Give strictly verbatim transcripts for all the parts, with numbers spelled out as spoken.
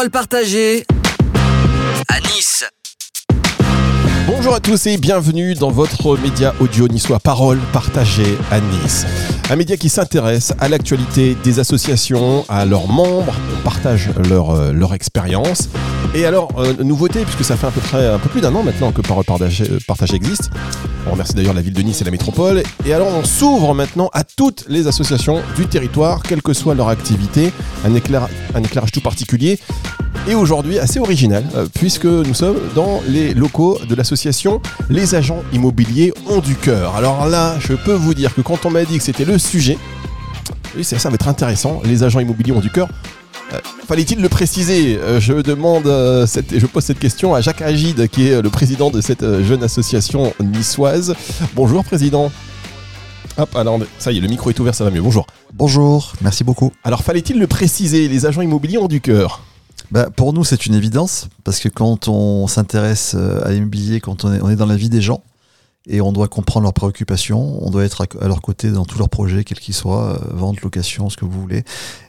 Parole partagée à Nice. Bonjour à tous et bienvenue dans votre média audio niçois Parole partagée à Nice. Un média qui s'intéresse à l'actualité des associations, à leurs membres, on partage leur, euh, leur expérience. Et alors, euh, nouveauté, puisque ça fait à peu près un peu plus d'un an maintenant que Parole partagée, partagée existe. On remercie d'ailleurs la ville de Nice et la métropole. Et alors, on s'ouvre maintenant à toutes les associations du territoire, quelle que soit leur activité, un, éclair, un éclairage tout particulier. Et aujourd'hui, assez original, euh, puisque nous sommes dans les locaux de l'association Les Agents Immobiliers Ont du Cœur. Alors là, je peux vous dire que quand on m'a dit que c'était le sujet, oui, ça, ça va être intéressant, les agents immobiliers ont du cœur. Euh, fallait-il le préciser ? euh, Je demande, euh, cette, je pose cette question à Jacques Agide, qui est le président de cette euh, jeune association niçoise. Bonjour, président. Hop, alors ça y est, le micro est ouvert, ça va mieux. Bonjour. Bonjour, merci beaucoup. Alors, fallait-il le préciser, les agents immobiliers ont du cœur ? Bah, pour nous, c'est une évidence, parce que quand on s'intéresse à l'immobilier, quand on est, on est dans la vie des gens, et on doit comprendre leurs préoccupations, on doit être à, à leur côté dans tous leurs projets, quels qu'ils soient, euh, vente, location, ce que vous voulez.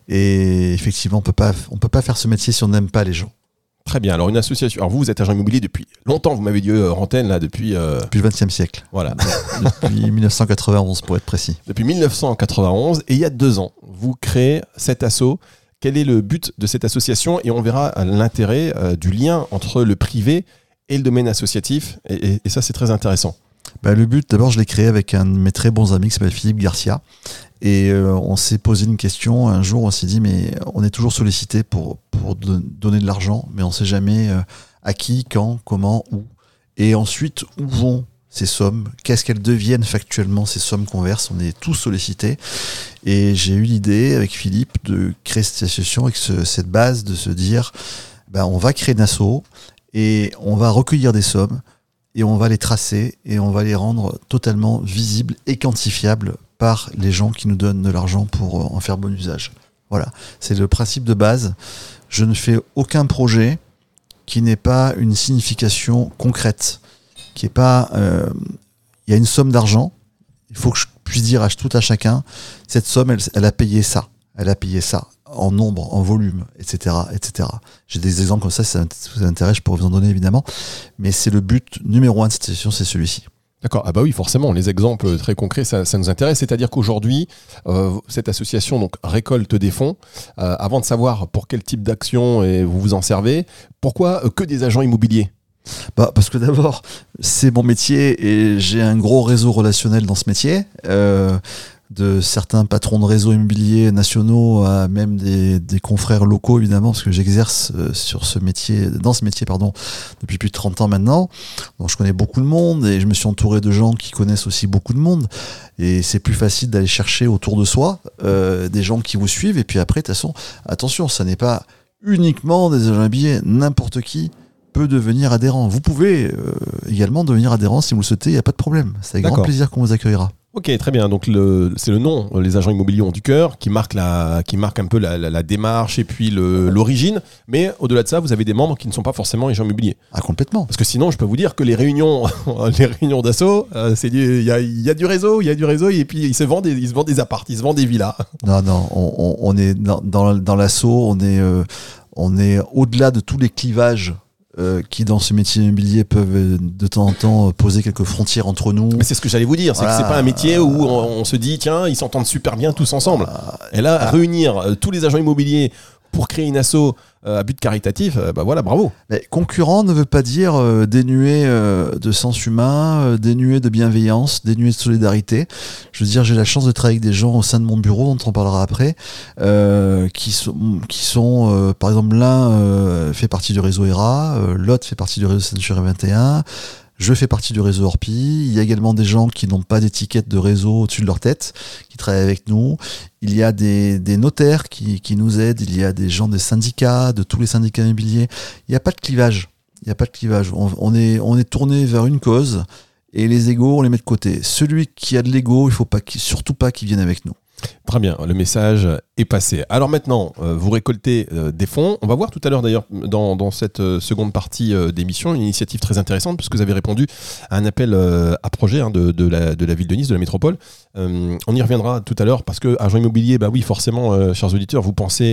Et effectivement, on peut pas, on peut pas faire ce métier si on n'aime pas les gens. Très bien, alors une association, alors vous, vous êtes agent immobilier depuis longtemps, vous m'avez dit euh, antenne là, depuis... Euh... Depuis le vingtième siècle. Voilà. Depuis dix-neuf cent quatre-vingt-onze, pour être précis. Depuis dix-neuf cent quatre-vingt-onze, et il y a deux ans, vous créez cet asso. Quel est le but de cette association ? Et on verra l'intérêt euh, du lien entre le privé et le domaine associatif. Et, et, et ça, c'est très intéressant. Bah, le but, d'abord, je l'ai créé avec un de mes très bons amis qui s'appelle Philippe Garcia. Et euh, on s'est posé une question. Un jour, on s'est dit, mais on est toujours sollicité pour, pour de, donner de l'argent, mais on ne sait jamais euh, à qui, quand, comment, où. Et ensuite, où vont ces sommes, qu'est-ce qu'elles deviennent factuellement, ces sommes qu'on verse, on est tous sollicités. Et j'ai eu l'idée avec Philippe de créer cette association avec ce, cette base de se dire, ben, on va créer une asso et on va recueillir des sommes et on va les tracer et on va les rendre totalement visibles et quantifiables par les gens qui nous donnent de l'argent pour en faire bon usage. Voilà, c'est le principe de base. Je ne fais aucun projet qui n'ait pas une signification concrète. Qui est pas, euh, il y a une somme d'argent, il faut que je puisse dire à tout à chacun, cette somme, elle, elle a payé ça, elle a payé ça, en nombre, en volume, et cetera, et cetera. J'ai des exemples comme ça, si ça vous intéresse, je pourrais vous en donner évidemment, mais c'est le but numéro un de cette session, c'est celui-ci. D'accord, ah bah oui, forcément, les exemples très concrets, ça, ça nous intéresse. C'est-à-dire qu'aujourd'hui, euh, cette association donc récolte des fonds. Euh, avant de savoir pour quel type d'action et vous vous en servez, pourquoi euh, que des agents immobiliers ? Bah, parce que d'abord, c'est mon métier et j'ai un gros réseau relationnel dans ce métier, euh, de certains patrons de réseaux immobiliers nationaux à même des, des confrères locaux, évidemment, parce que j'exerce euh, sur ce métier, dans ce métier pardon, depuis plus de trente ans maintenant. Donc je connais beaucoup de monde et je me suis entouré de gens qui connaissent aussi beaucoup de monde. Et c'est plus facile d'aller chercher autour de soi euh, des gens qui vous suivent. Et puis après, de toute façon, attention, ça n'est pas uniquement des agents immobiliers, n'importe qui peut devenir adhérent. Vous pouvez euh, également devenir adhérent si vous le souhaitez, il n'y a pas de problème. C'est avec D'accord. Grand plaisir qu'on vous accueillera. Ok, très bien. Donc le, c'est le nom, les agents immobiliers ont du cœur, qui marque, la, qui marque un peu la, la, la démarche et puis le, l'origine. Mais au-delà de ça, vous avez des membres qui ne sont pas forcément agents immobiliers. Ah, complètement. Parce que sinon, je peux vous dire que les réunions, les réunions d'assaut, euh, c'est il y a, y a du réseau, il y a du réseau et puis ils se vendent des, ils se vendent des apparts, ils se vendent des villas. Non, non, on, on, on est dans, dans, dans l'assaut, on est, euh, on est au-delà de tous les clivages. Euh, qui dans ce métier immobilier peuvent de temps en temps poser quelques frontières entre nous. Mais c'est ce que j'allais vous dire, c'est voilà. que c'est pas un métier où on, on se dit tiens, ils s'entendent super bien tous ensemble. Et là, ah. réunir euh, tous les agents immobiliers pour créer une asso euh, à but caritatif, euh, bah voilà, bravo. Mais concurrent ne veut pas dire euh, dénué euh, de sens humain, euh, dénué de bienveillance, dénué de solidarité. Je veux dire, j'ai la chance de travailler avec des gens au sein de mon bureau, dont on parlera après, euh, qui sont, qui sont euh, par exemple, l'un euh, fait partie du réseau E R A, euh, l'autre fait partie du réseau Century vingt et un, je fais partie du réseau Orpi. Il y a également des gens qui n'ont pas d'étiquette de réseau au-dessus de leur tête, qui travaillent avec nous. Il y a des, des notaires qui, qui nous aident. Il y a des gens des syndicats, de tous les syndicats immobiliers. Il n'y a pas de clivage. Il n'y a pas de clivage. On, on est, on est tourné vers une cause et les égos, on les met de côté. Celui qui a de l'ego, il ne faut pas, surtout pas qu'il vienne avec nous. Très bien, le message est passé. Alors maintenant, euh, vous récoltez euh, des fonds. On va voir tout à l'heure d'ailleurs dans, dans cette euh, seconde partie euh, d'émission une initiative très intéressante puisque vous avez répondu à un appel euh, à projet hein, de, de, la, de la ville de Nice, de la métropole. Euh, on y reviendra tout à l'heure parce que agent immobilier, bah oui, forcément, euh, chers auditeurs, vous pensez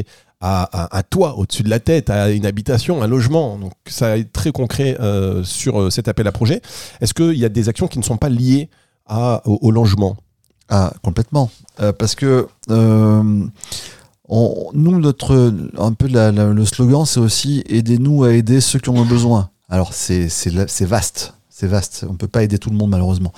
à un toit au-dessus de la tête, à une habitation, un logement. Donc ça est très concret euh, sur euh, cet appel à projet. Est-ce qu'il y a des actions qui ne sont pas liées à, au, au logement ? Ah, complètement. Euh, parce que euh, on, nous, notre, un peu la, la, le slogan, c'est aussi « Aidez-nous à aider ceux qui en ont besoin ». Alors, c'est, c'est, c'est vaste. C'est vaste. On ne peut pas aider tout le monde, malheureusement.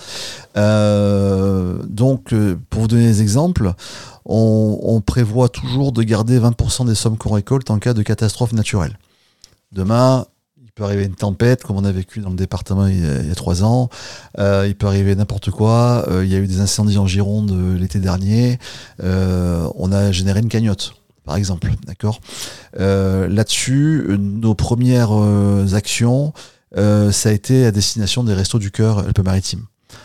Euh, donc, euh, pour vous donner des exemples, on, on prévoit toujours de garder vingt pour cent des sommes qu'on récolte en cas de catastrophe naturelle. Demain, il peut arriver une tempête, comme on a vécu dans le département il y a, il y a trois ans. Euh, il peut arriver n'importe quoi. Euh, il y a eu des incendies en Gironde euh, l'été dernier. Euh, on a généré une cagnotte, par exemple. D'accord. Euh, là-dessus, nos premières euh, actions, euh, ça a été à destination des Restos du Cœur Alpes-Maritimes.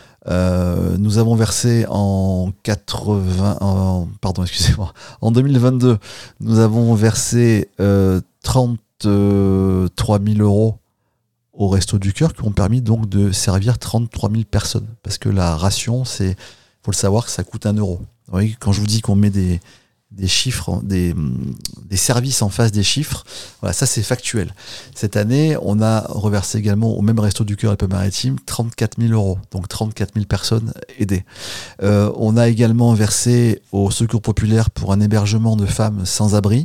Euh, nous avons versé en quatre-vingts, en, pardon, excusez-moi, en deux mille vingt-deux, nous avons versé euh, trente-trois mille euros au Resto du Cœur qui ont permis donc de servir trente-trois mille personnes. Parce que la ration, c'est, faut le savoir, que ça coûte un euro. Vous voyez, quand je vous dis qu'on met des, des chiffres, des, des services en face des chiffres, voilà, ça c'est factuel. Cette année, on a reversé également au même Resto du Cœur Alpes-Maritimes trente-quatre mille euros, donc trente-quatre mille personnes aidées. Euh, on a également versé au Secours Populaire pour un hébergement de femmes sans abri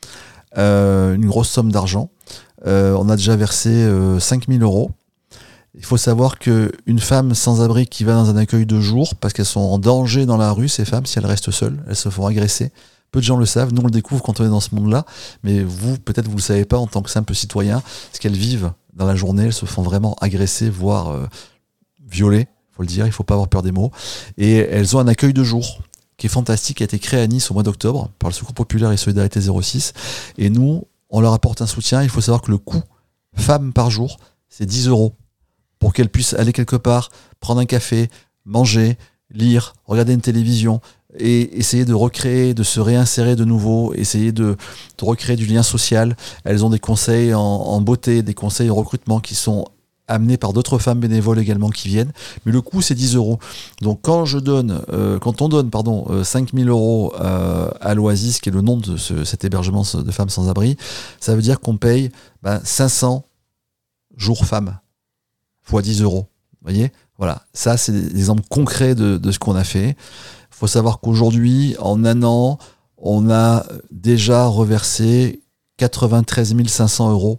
euh, une grosse somme d'argent. Euh, on a déjà versé euh, cinq mille euros. Il faut savoir qu'une femme sans abri qui va dans un accueil de jour, parce qu'elles sont en danger dans la rue, ces femmes, si elles restent seules, elles se font agresser. Peu de gens le savent, nous on le découvre quand on est dans ce monde-là, mais vous, peut-être vous le savez pas en tant que simple citoyen, ce qu'elles vivent dans la journée, elles se font vraiment agresser, voire euh, violer, faut le dire, il faut pas avoir peur des mots. Et elles ont un accueil de jour qui est fantastique, qui a été créé à Nice au mois d'octobre par le Secours Populaire et Solidarité zéro six. Et nous, on leur apporte un soutien. Il faut savoir que le coût femme par jour, c'est dix euros pour qu'elles puissent aller quelque part, prendre un café, manger, lire, regarder une télévision et essayer de recréer, de se réinsérer de nouveau, essayer de, de recréer du lien social. Elles ont des conseils en, en beauté, des conseils en recrutement qui sont amenés par d'autres femmes bénévoles également qui viennent, mais le coût c'est dix euros. Donc quand je donne, euh, quand on donne pardon euh, cinq mille euros euh, à l'Oasis, qui est le nom de ce, cet hébergement de femmes sans abri, ça veut dire qu'on paye ben, cinq cents jours femmes fois dix euros. Vous voyez, voilà, ça c'est des exemples concrets de, de ce qu'on a fait. Il faut savoir qu'aujourd'hui, en un an, on a déjà reversé quatre-vingt-treize mille cinq cents euros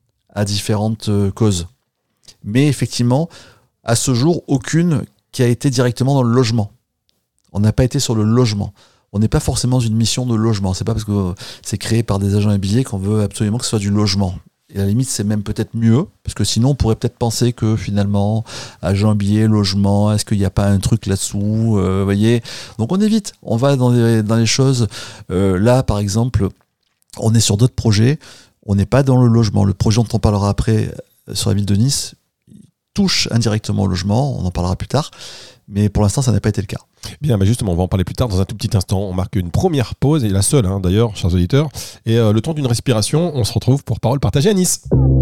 à différentes euh, causes. Mais effectivement, à ce jour, aucune qui a été directement dans le logement. On n'a pas été sur le logement. On n'est pas forcément dans une mission de logement. C'est pas parce que c'est créé par des agents immobiliers qu'on veut absolument que ce soit du logement. Et à la limite, c'est même peut-être mieux, parce que sinon, on pourrait peut-être penser que finalement, agent immobilier, logement, est-ce qu'il n'y a pas un truc là-dessous, euh, voyez. Donc on évite. On va dans les, dans les choses. Euh, là, par exemple, on est sur d'autres projets. On n'est pas dans le logement. Le projet dont on parlera après sur la ville de Nice touche indirectement au logement, on en parlera plus tard, mais pour l'instant ça n'a pas été le cas. Bien, bah justement, on va en parler plus tard dans un tout petit instant. On marque une première pause, et la seule hein, d'ailleurs, chers auditeurs, et euh, le temps d'une respiration, on se retrouve pour Parole partagée à Nice.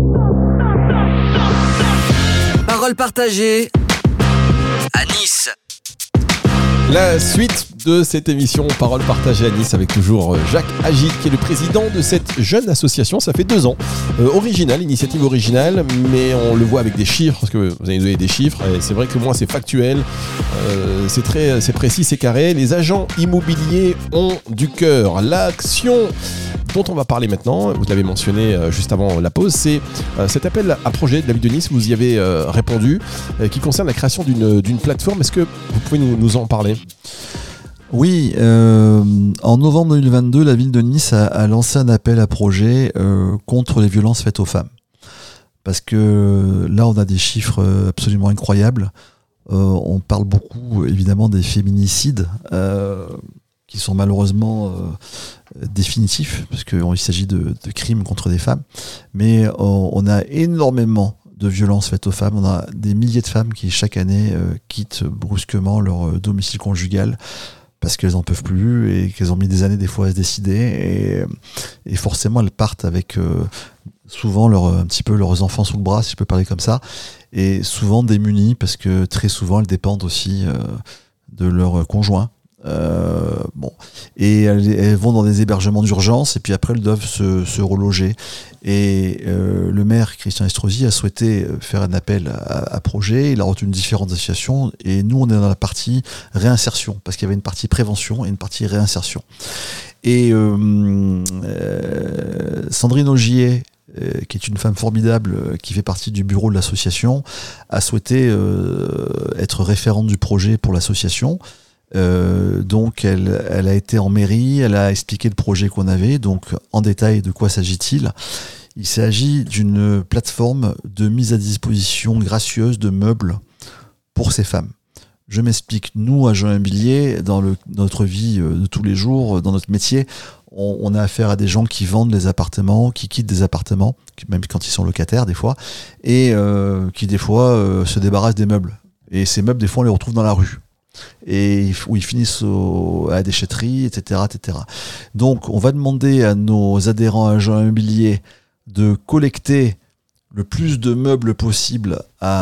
Parole partagée à Nice. La suite de cette émission Parole partagée à Nice avec toujours Jacques Agit qui est le président de cette jeune association. Ça fait deux ans. Euh, originale, initiative originale, mais on le voit avec des chiffres, parce que vous allez nous donner des chiffres, et c'est vrai que moi c'est factuel, euh, c'est très, c'est précis, c'est carré. Les agents immobiliers ont du cœur. L'action dont on va parler maintenant, vous l'avez mentionné euh, juste avant la pause, c'est euh, cet appel à projet de la ville de Nice, vous y avez euh, répondu, euh, qui concerne la création d'une, d'une plateforme. Est-ce que vous pouvez nous, nous en parler ? Oui, euh, en novembre deux mille vingt-deux, la ville de Nice a, a lancé un appel à projet euh, contre les violences faites aux femmes. Parce que là, on a des chiffres absolument incroyables. Euh, on parle beaucoup, évidemment, des féminicides, euh, qui sont malheureusement euh, définitifs, parce qu'il s'agit de, de crimes contre des femmes. Mais on, on a énormément de violences faites aux femmes. On a des milliers de femmes qui, chaque année, euh, quittent brusquement leur domicile conjugal parce qu'elles n'en peuvent plus et qu'elles ont mis des années des fois à se décider. Et, et forcément, elles partent avec euh, souvent leur, un petit peu leurs enfants sous le bras, si je peux parler comme ça, et souvent démunies parce que très souvent, elles dépendent aussi euh, de leur conjoint. Euh, bon, et elles, elles vont dans des hébergements d'urgence et puis après elles doivent se, se reloger. Et euh, le maire Christian Estrosi a souhaité faire un appel à, à projet. Il a retenu différentes associations et nous on est dans la partie réinsertion parce qu'il y avait une partie prévention et une partie réinsertion. Et euh, euh, Sandrine Augier, euh, qui est une femme formidable, euh, qui fait partie du bureau de l'association, a souhaité euh, être référente du projet pour l'association. Euh, donc elle, elle a été en mairie, elle a expliqué le projet qu'on avait. Donc en détail, de quoi s'agit-il ? Il s'agit d'une plateforme de mise à disposition gracieuse de meubles pour ces femmes. Je m'explique, nous, agents immobiliers, dans, le, dans notre vie de tous les jours, dans notre métier, on, on a affaire à des gens qui vendent des appartements, qui quittent des appartements, même quand ils sont locataires des fois, et euh, qui des fois euh, se débarrassent des meubles. Et ces meubles, des fois, on les retrouve dans la rue. Et où ils finissent au, à la déchetterie, et cetera, et cetera. Donc, on va demander à nos adhérents agents immobiliers de collecter le plus de meubles possible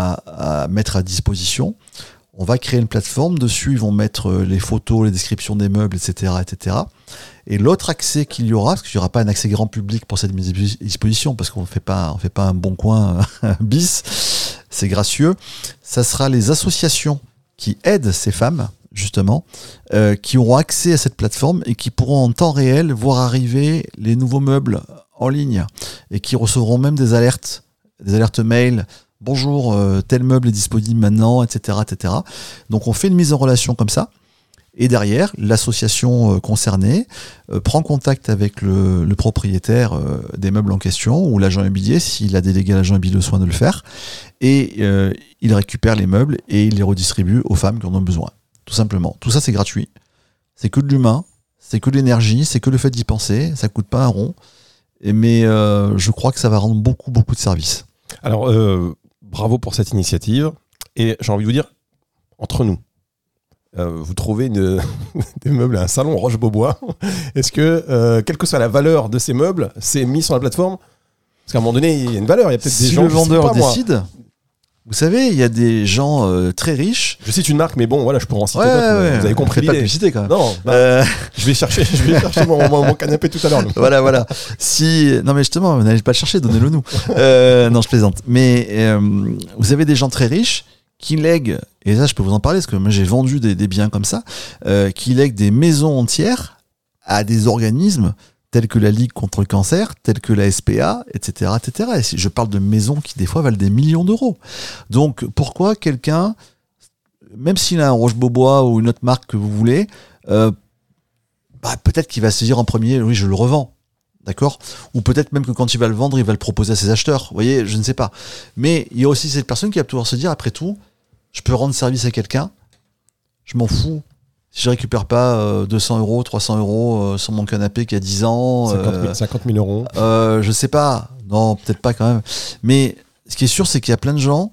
à, à mettre à disposition. On va créer une plateforme, dessus ils vont mettre les photos, les descriptions des meubles, et cetera, et cetera. Et l'autre accès qu'il y aura, parce qu'il n'y aura pas un accès grand public pour cette mise à disposition, parce qu'on ne fait pas, on fait pas un bon coin bis, c'est gracieux, ça sera les associations qui aident ces femmes, justement, euh, qui auront accès à cette plateforme et qui pourront en temps réel voir arriver les nouveaux meubles en ligne et qui recevront même des alertes, des alertes mail. Bonjour, euh, tel meuble est disponible maintenant, et cetera, et cetera. Donc on fait une mise en relation comme ça. Et derrière, l'association euh, concernée euh, prend contact avec le, le propriétaire euh, des meubles en question ou l'agent immobilier, s'il a délégué à l'agent immobilier le soin de le faire. Et euh, il récupère les meubles et il les redistribue aux femmes qui en ont besoin. Tout simplement. Tout ça, c'est gratuit. C'est que de l'humain, c'est que de l'énergie, c'est que le fait d'y penser. Ça ne coûte pas un rond. Et, mais euh, je crois que ça va rendre beaucoup, beaucoup de services. Alors, euh, bravo pour cette initiative. Et j'ai envie de vous dire, entre nous, Euh, vous trouvez une, des meubles à un salon Roche-Beaubois. Est-ce que, euh, quelle que soit la valeur de ces meubles, c'est mis sur la plateforme ? Parce qu'à un moment donné, il y a une valeur. Il y a peut-être si des gens. Si le vendeur pas, décide, moi. Vous savez, il y a des gens euh, très riches. Je cite une marque, mais bon, voilà, je pourrais en citer ouais, d'autres. Ouais, vous avez compris l'idée. Pas de publicité quand même. Non, bah, euh... je vais chercher, je vais chercher mon, mon, mon canapé tout à l'heure. Voilà, voilà. Si, non mais justement, n'allez pas le chercher, donnez-le nous. euh, non, je plaisante. Mais euh, vous avez des gens très riches qui lèguent, et ça je peux vous en parler parce que moi j'ai vendu des, des biens comme ça, euh, qui lèguent des maisons entières à des organismes tels que la Ligue contre le cancer, tels que la S P A, et cetera, et cetera. Et je parle de maisons qui des fois valent des millions d'euros. Donc pourquoi quelqu'un, même s'il a un Roche-Beaubois ou une autre marque que vous voulez, euh, bah, peut-être qu'il va se dire en premier, oui je le revends. D'accord ? Ou peut-être même que quand il va le vendre, il va le proposer à ses acheteurs. Vous voyez, je ne sais pas. Mais il y a aussi cette personne qui va pouvoir se dire, après tout, je peux rendre service à quelqu'un, je m'en fous. Si je récupère pas euh, deux cents euros, trois cents euros euh, sur mon canapé qui a dix ans... Euh, cinquante mille euros. Euh, je sais pas. Non, peut-être pas quand même. Mais ce qui est sûr, c'est qu'il y a plein de gens,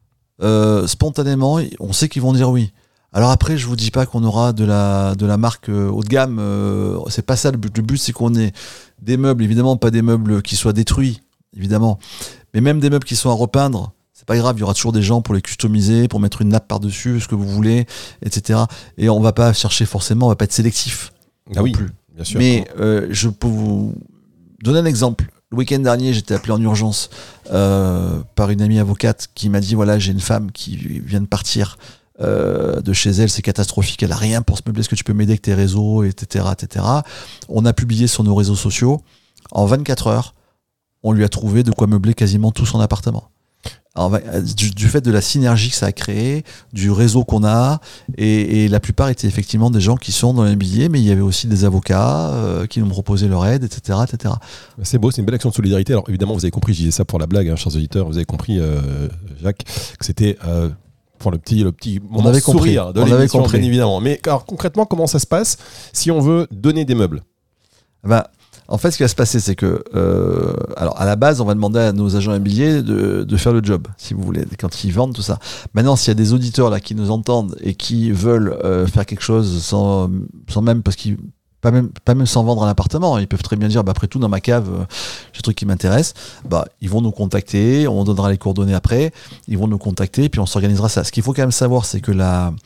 euh, spontanément, on sait qu'ils vont dire oui. Alors après, je vous dis pas qu'on aura de la, de la marque euh, haut de gamme. Euh, c'est pas ça le but. Le but, c'est qu'on ait des meubles, évidemment, pas des meubles qui soient détruits, évidemment. Mais même des meubles qui sont à repeindre, c'est pas grave. Il y aura toujours des gens pour les customiser, pour mettre une nappe par-dessus, ce que vous voulez, et cetera. Et on va pas chercher forcément, on va pas être sélectif. Ah oui, plus. Bien sûr. Mais euh, je peux vous donner un exemple. Le week-end dernier, j'étais appelé en urgence euh, par une amie avocate qui m'a dit, voilà, j'ai une femme qui vient de partir Euh, de chez elle, c'est catastrophique, elle a rien pour se meubler, est-ce que tu peux m'aider avec tes réseaux, et cetera, et cetera. On a publié sur nos réseaux sociaux, en vingt-quatre heures, on lui a trouvé de quoi meubler quasiment tout son appartement. Alors, du, du fait de la synergie que ça a créé, du réseau qu'on a, et, et la plupart étaient effectivement des gens qui sont dans l'immobilier, mais il y avait aussi des avocats euh, qui nous proposaient leur aide, et cetera, et cetera. C'est beau, c'est une belle action de solidarité. Alors évidemment, vous avez compris, je disais ça pour la blague, hein, chers auditeurs, vous avez compris, euh, Jacques, que c'était... Euh, Enfin, le petit, le petit moment on avait sourire compris. de on l'émission, avait compris. bien évidemment. Mais alors, concrètement, comment ça se passe si on veut donner des meubles ? Ben, en fait, ce qui va se passer, c'est que, euh, alors à la base, on va demander à nos agents immobiliers de, de faire le job, si vous voulez, quand ils vendent tout ça. Maintenant, s'il y a des auditeurs là qui nous entendent et qui veulent euh, faire quelque chose sans, sans même, parce qu'ils Pas même, pas même sans vendre un appartement, ils peuvent très bien dire, bah, après tout, dans ma cave, euh, j'ai un truc qui m'intéresse, bah, ils vont nous contacter, on donnera les coordonnées après, ils vont nous contacter, puis on s'organisera ça. Ce qu'il faut quand même savoir, c'est que la,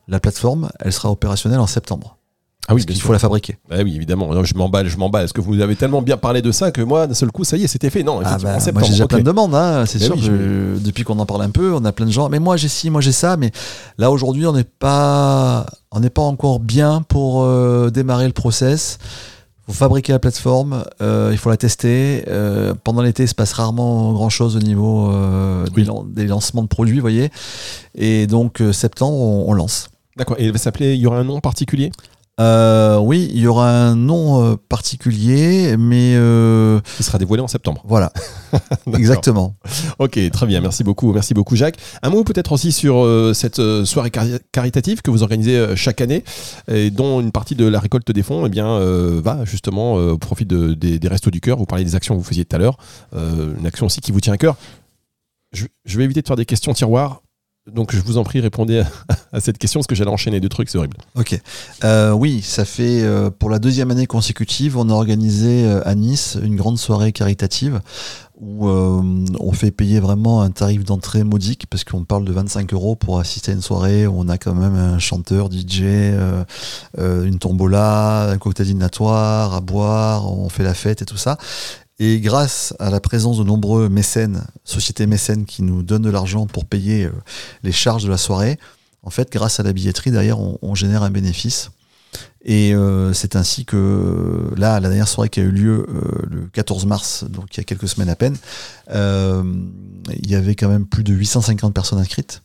La plateforme, elle sera opérationnelle en septembre. Ah oui, parce qu'il faut la fabriquer. Ah oui, évidemment. Non, je m'emballe, je m'emballe. Parce que vous avez tellement bien parlé de ça que moi, d'un seul coup, ça y est, c'était fait. Non, effectivement, Ah bah, en septembre. moi, j'ai déjà okay. plein de demandes. Hein, c'est mais sûr. Oui, je, je... Depuis qu'on en parle un peu, on a plein de gens. Mais moi, j'ai ci, moi, j'ai ça. Mais là, aujourd'hui, on n'est pas, on n'est pas encore bien pour euh, démarrer le process. Il faut fabriquer la plateforme, euh, il faut la tester. Euh, pendant l'été, il se passe rarement grand-chose au niveau euh, oui. des, lan- des lancements de produits, vous voyez. Et donc, euh, septembre, on, on lance. D'accord. Et elle va s'appeler, il y aura un nom particulier ? Euh, oui, il y aura un nom euh, particulier, mais... Euh, qui sera dévoilé en septembre. Voilà, exactement. Ok, très bien, merci beaucoup, merci beaucoup Jacques. Un mot peut-être aussi sur euh, cette euh, soirée cari- caritative que vous organisez euh, chaque année, et dont une partie de la récolte des fonds eh bien, euh, va justement euh, au profit de, des, des Restos du Cœur. Vous parliez des actions que vous faisiez tout à l'heure, euh, une action aussi qui vous tient à cœur. Je, je vais éviter de faire des questions tiroirs. Donc je vous en prie, répondez à, à cette question parce que j'allais enchaîner deux trucs, c'est horrible. Ok. Euh, oui, ça fait euh, pour la deuxième année consécutive, on a organisé euh, à Nice une grande soirée caritative où euh, on fait payer vraiment un tarif d'entrée modique parce qu'on parle de vingt-cinq euros pour assister à une soirée où on a quand même un chanteur, D J, euh, euh, une tombola, un cocktail dînatoire à boire, on fait la fête et tout ça. Et grâce à la présence de nombreux mécènes, sociétés mécènes qui nous donnent de l'argent pour payer euh, les charges de la soirée, en fait, grâce à la billetterie, derrière, on, on génère un bénéfice. Et euh, c'est ainsi que, là, la dernière soirée qui a eu lieu euh, le quatorze mars, donc il y a quelques semaines à peine, euh, il y avait quand même plus de huit cent cinquante personnes inscrites.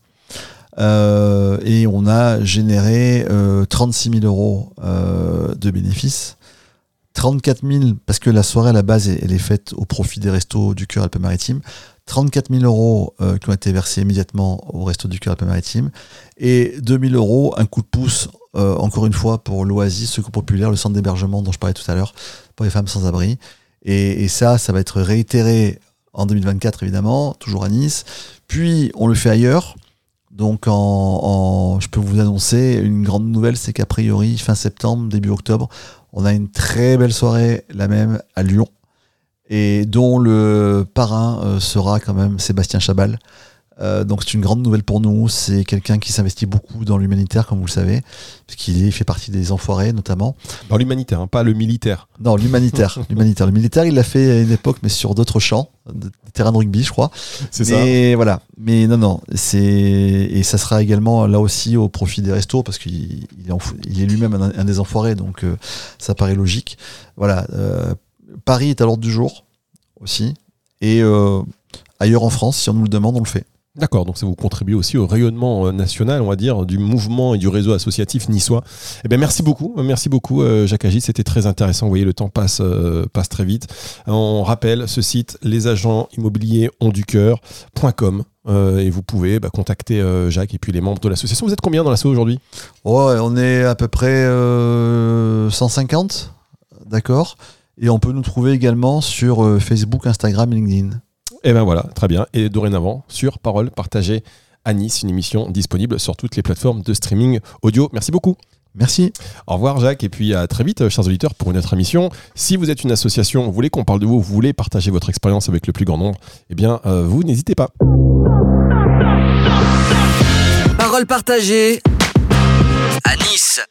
Euh, et on a généré euh, trente-six mille euros euh, de bénéfices. trente-quatre mille, parce que la soirée à la base elle est faite au profit des Restos du Cœur Alpes-Maritimes, trente-quatre mille euros euh, qui ont été versés immédiatement aux Restos du Cœur Alpes-Maritimes et deux mille euros, un coup de pouce euh, encore une fois pour l'Oasis, Secours Populaire, le centre d'hébergement dont je parlais tout à l'heure pour les femmes sans abri, et, et ça, ça va être réitéré en deux mille vingt-quatre évidemment, toujours à Nice, puis on le fait ailleurs. Donc en, en, je peux vous annoncer une grande nouvelle, c'est qu'a priori fin septembre, début octobre, on a une très belle soirée, la même, à Lyon, et dont le parrain euh, sera quand même Sébastien Chabal. Euh, donc c'est une grande nouvelle pour nous, c'est quelqu'un qui s'investit beaucoup dans l'humanitaire, comme vous le savez, puisqu'il est, fait partie des Enfoirés notamment. Dans l'humanitaire, hein, pas le militaire. Non, l'humanitaire. l'humanitaire. Le militaire, il l'a fait à une époque, mais sur d'autres champs, des terrains de rugby, je crois. C'est mais ça. Voilà. Mais non, non. C'est... Et ça sera également là aussi au profit des restos, parce qu'il il est, enf... il est lui-même un, un des enfoirés, donc euh, ça paraît logique. Voilà. Euh, Paris est à l'ordre du jour aussi. Et euh, ailleurs en France, si on nous le demande, on le fait. D'accord, donc ça vous contribue aussi au rayonnement national, on va dire, du mouvement et du réseau associatif niçois. Eh bien, merci beaucoup, merci beaucoup Jacques Agis, c'était très intéressant. Vous voyez, le temps passe, euh, passe très vite. On rappelle ce site, les agents immobiliers ont du cœur point com. Euh, et vous pouvez bah, contacter euh, Jacques et puis les membres de l'association. Vous êtes combien dans l'asso aujourd'hui ? Ouais, on est à peu près euh, cent cinquante, d'accord. Et on peut nous trouver également sur euh, Facebook, Instagram et LinkedIn. Et ben voilà, très bien. Et dorénavant, sur Parole partagée à Nice, une émission disponible sur toutes les plateformes de streaming audio. Merci beaucoup. Merci. Au revoir Jacques, et puis à très vite, chers auditeurs, pour une autre émission. Si vous êtes une association, vous voulez qu'on parle de vous, vous voulez partager votre expérience avec le plus grand nombre, eh bien, euh, vous n'hésitez pas. Parole partagée à Nice.